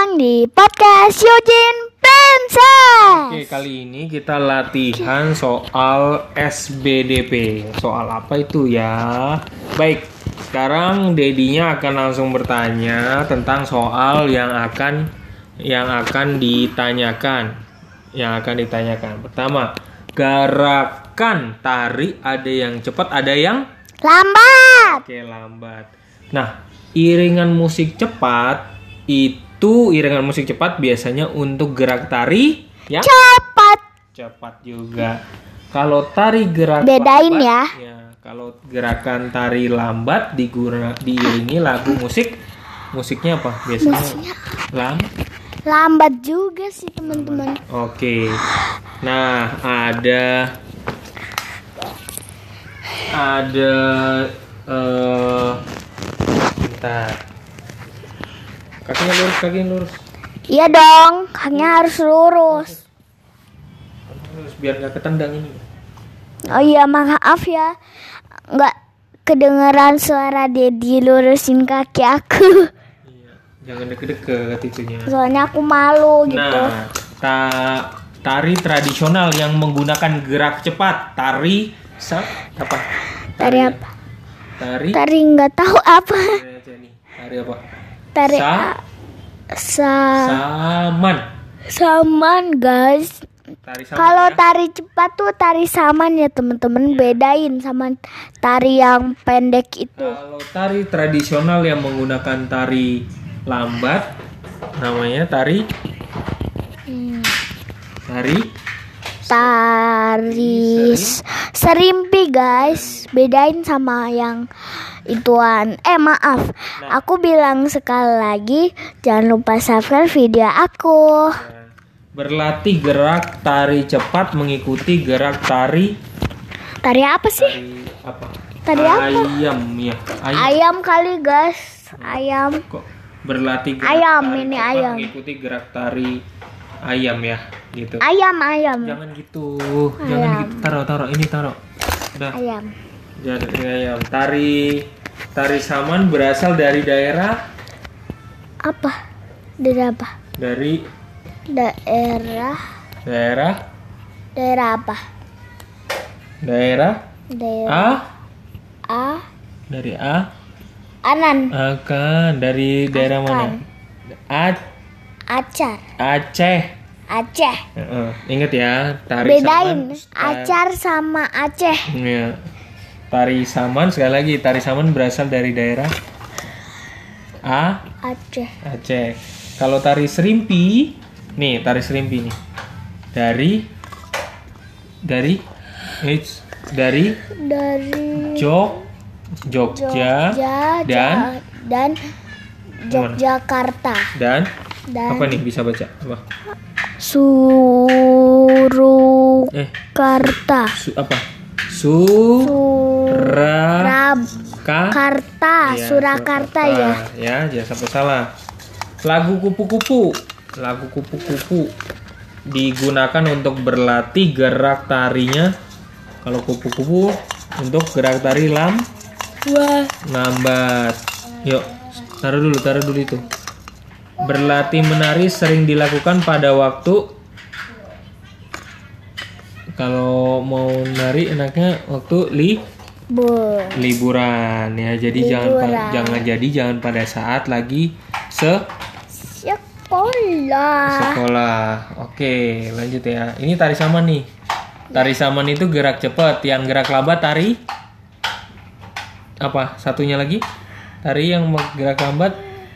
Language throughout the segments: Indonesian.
datang di podcast Yujin Princess. Oke, kali ini kita latihan soal SBDP. Soal apa itu ya? Baik, sekarang Dedinya akan langsung bertanya tentang soal yang akan ditanyakan. Pertama, gerakan tari ada yang cepat, ada yang Lambat. Oke, lambat. Nah, iringan musik cepat biasanya untuk gerak tari yang cepat juga. Kalau tari gerak Bedain lambat, ya. Kalau gerakan tari lambat diiringi lagu musiknya apa? Biasanya Lambat juga sih teman-teman. Oke. Nah, ada bentar. Kakinya lurus. Iya dong, kakinya harus lurus. Lurus biar nggak ketendang ini. Oh iya, maaf ya, nggak kedengeran suara Dedi lurusin kaki aku. Iya, jangan deket-deket itunya. Soalnya aku malu gitu. Nah, tari tradisional yang menggunakan gerak cepat, tari apa? Tari nggak tahu apa. Tari apa? Tari saman guys. Kalau tari cepat tuh tari saman ya teman-teman. Bedain sama tari yang pendek itu. Kalau tari tradisional yang menggunakan tari lambat namanya tari serimpi guys. Bedain sama yang ituan. Maaf, aku bilang sekali lagi, jangan lupa subscribe video aku. Berlatih gerak tari cepat mengikuti gerak tari apa sih? Tari apa? Ayam ya. Ayam kali guys. Ayam. Kok berlatih gerak ayam tari ini cepat ayam. mengikuti gerak tari ayam ya, gitu. Ayam. Jangan gitu. Jangan gitu. Taruh. Udah. Ayam. Jadi ayam. Tari saman berasal dari daerah Apa? Dari apa? Dari Daerah apa? Daerah A. Dari A. Anan. Akan dari daerah mana? Acar. Aceh. Ingat ya, tari Bedain saman. acar sama Aceh. Ya. Tari saman, sekali lagi, tari saman berasal dari daerah Aceh. Kalau tari serimpi nih, dari Jogja dan Yogyakarta. Dan apa nih, bisa baca apa? Surakarta. Surakarta ya. Ya, jangan sampai salah. Lagu kupu-kupu digunakan untuk berlatih gerak tarinya. Kalau kupu-kupu untuk gerak tari lambat. Yuk, taruh dulu itu. Berlatih menari sering dilakukan pada waktu, kalau mau nari enaknya waktu liburan ya. Jadi jangan pada saat lagi sekolah. Oke, lanjut ya. Ini tari saman nih. Tari saman itu gerak cepat, yang gerak lambat tari apa? Satunya lagi? Tari yang gerak lambat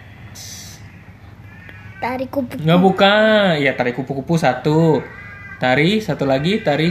tari kupu-kupu. Nggak, bukan. Ya, tari kupu-kupu satu. Tari satu lagi, tari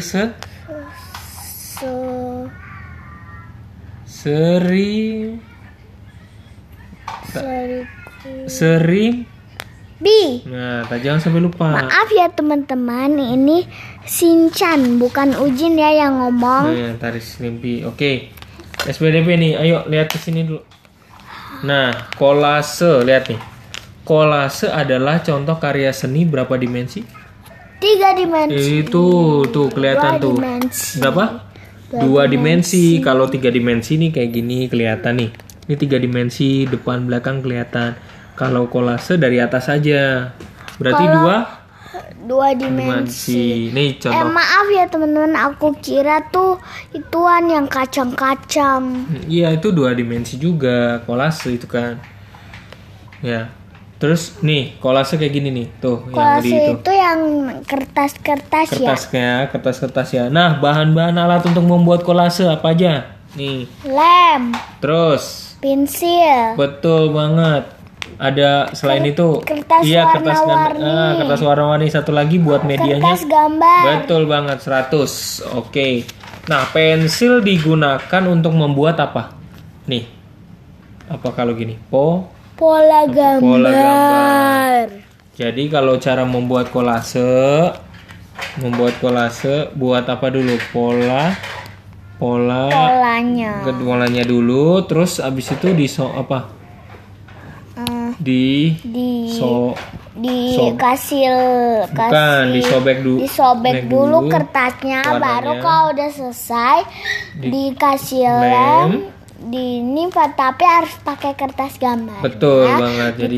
Bi. Nah, jangan sampai lupa. Maaf ya teman-teman, ini Shinchan bukan Ujin ya yang ngomong. Nah, tari serimpi. Oke. SBDP nih, ayo lihat ke sini dulu. Nah, kolase, lihat nih. Kolase adalah contoh karya seni berapa dimensi? 3 dimensi. Itu tuh kelihatan tuh. Berapa? 2 dimensi. Kalau 3 dimensi nih kayak gini kelihatan nih. Ini 3 dimensi, depan belakang kelihatan. Kalau kolase dari atas saja. Berarti Kalau dua dua dimensi. Nih contoh. Maaf ya teman-teman, aku kira tuh ituan yang kacang-kacang. Iya, itu 2 dimensi juga kolase itu kan. Ya. Terus nih kolase kayak gini nih, tuh yang di Kolase itu. itu yang kertas-kertas ya. Kertas ya. Nah, bahan-bahan alat untuk membuat kolase apa aja? Nih. Lem, Terus, pensil, betul banget. Ada selain itu, kertas warna-warni. kertas warna-warni. Satu lagi buat medianya. kertas gambar. Betul banget, 100. Oke. Nah, pensil digunakan untuk membuat apa? Nih. Apa kalau gini? Pola gambar. Jadi kalau cara membuat kolase buat apa dulu? Polanya. Polanya dulu, terus abis itu disobek dulu kertasnya, warnanya. baru kalau udah selesai dikasih lem. Tapi harus pakai kertas gambar. Betul banget. Jadi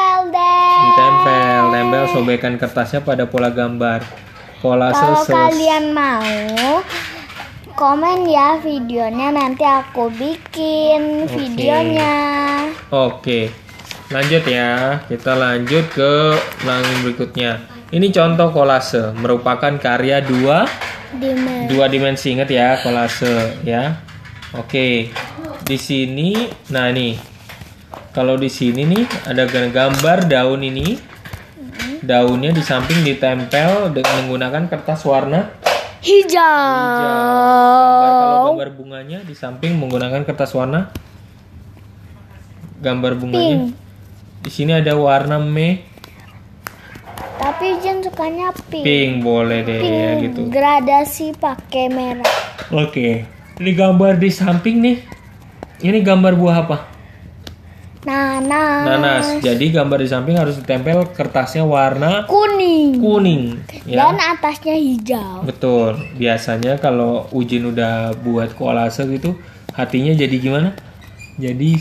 ditempel sobekan kertasnya pada pola gambar. Kalau kalian mau komen ya videonya, nanti aku bikin videonya. Oke. Lanjut ya. Kita lanjut ke yang berikutnya. Ini contoh kolase, merupakan karya dua dimensi. Ingat ya, kolase ya. Oke. Di sini, nah nih, kalau di sini nih ada gambar daun ini, daunnya di samping ditempel dengan menggunakan kertas warna hijau. Kalau gambar bunganya di samping menggunakan kertas warna gambar bunganya. Di sini ada warna tapi Jen sukanya pink. Pink boleh deh ya gitu. Gradasi pakai merah. Oke. Ini gambar di samping nih. Ini gambar buah apa? Nanas. Jadi gambar di samping harus ditempel kertasnya warna kuning ya. Dan atasnya hijau. Betul. Biasanya kalau Ujin udah buat kolase gitu, hatinya jadi gimana? Jadi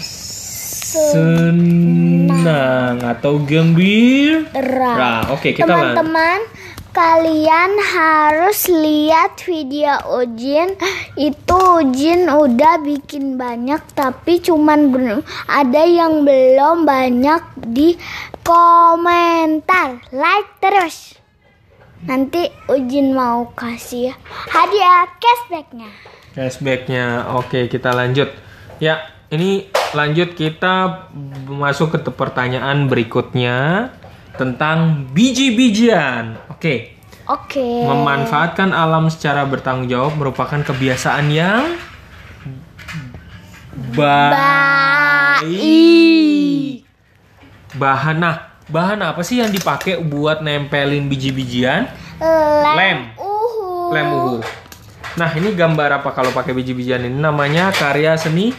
senang atau gembira. Oke, kita teman-teman, kalian harus lihat video Ujin. Itu Ujin udah bikin banyak, tapi cuman ada yang belum banyak di komentar. Like terus. Nanti Ujin mau kasih hadiah cashbacknya. Oke, kita lanjut. Ya, ini lanjut kita masuk ke pertanyaan berikutnya tentang biji-bijian. Oke. Memanfaatkan alam secara bertanggung jawab merupakan kebiasaan yang baik. Bahan apa sih yang dipakai buat nempelin biji-bijian? Lem uhu. Nah, ini gambar apa kalau pakai biji-bijian ini? Namanya karya seni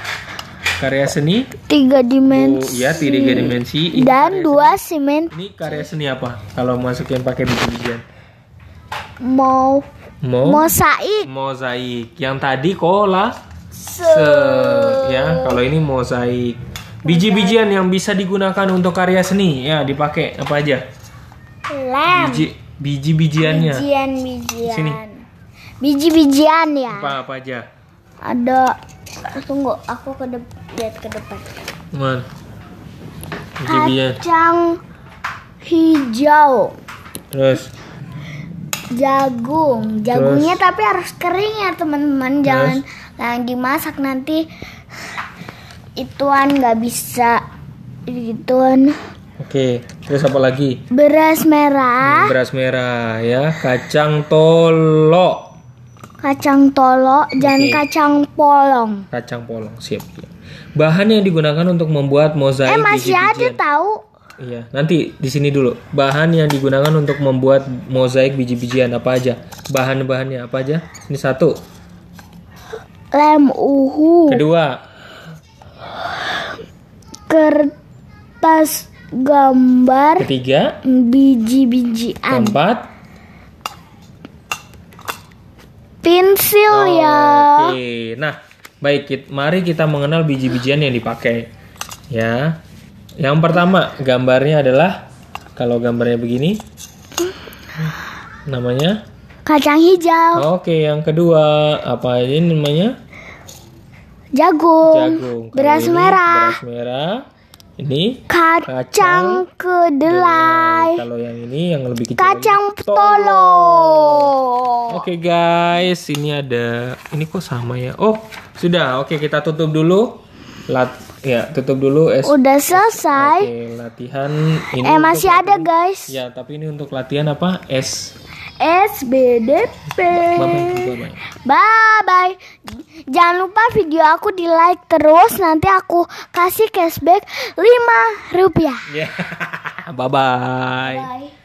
3 dimensi. Iya, 3 dimensi. Dan 2 simen. Ini karya seni apa? Kalau masukin pakai biji-bijian? Mozaik. Yang tadi ya, kalau ini mozaik. Biji-bijian yang bisa digunakan untuk karya seni ya, dipakai apa aja? Lem. Biji-bijiannya. Sini. Biji-bijian ya. Apa aja? Ada. Tunggu, aku lihat ke depan. Man. Biji-bijian. Kacang hijau. Terus jagungnya tapi harus kering ya teman-teman, jangan dimasak nanti ituan nggak bisa gituan. Oke, terus apa lagi? Beras merah Ya, kacang tolo dan kacang polong, siap. Bahan yang digunakan untuk membuat mozaik masih biji-bijian. ada tahu. Iya, nanti di sini dulu. Bahan yang digunakan untuk membuat mozaik biji-bijian apa aja? Bahan-bahannya apa aja? Ini 1. Lem uhu. 2. Kertas gambar. 3. Biji-bijian. 4. Pensil ya. Oke. Nah, baik, mari kita mengenal biji-bijian yang dipakai. Ya. Yang pertama gambarnya adalah, kalau gambarnya begini namanya kacang hijau. Oke, yang kedua apa ini namanya? Jagung. Beras merah. Beras merah. Ini kacang kedelai. Kalau yang ini yang lebih kecil kacang lagi, tolo. Oke guys, ini ada, ini kok sama ya? Oh, sudah. Oke, kita tutup dulu. Tutup dulu. Udah selesai. Oke, latihan ini. Masih ada guys. Ya, tapi ini untuk latihan apa? SBDP. Bye. Jangan lupa video aku di like terus. Nanti aku kasih cashback 5 rupiah. Bye. Bye.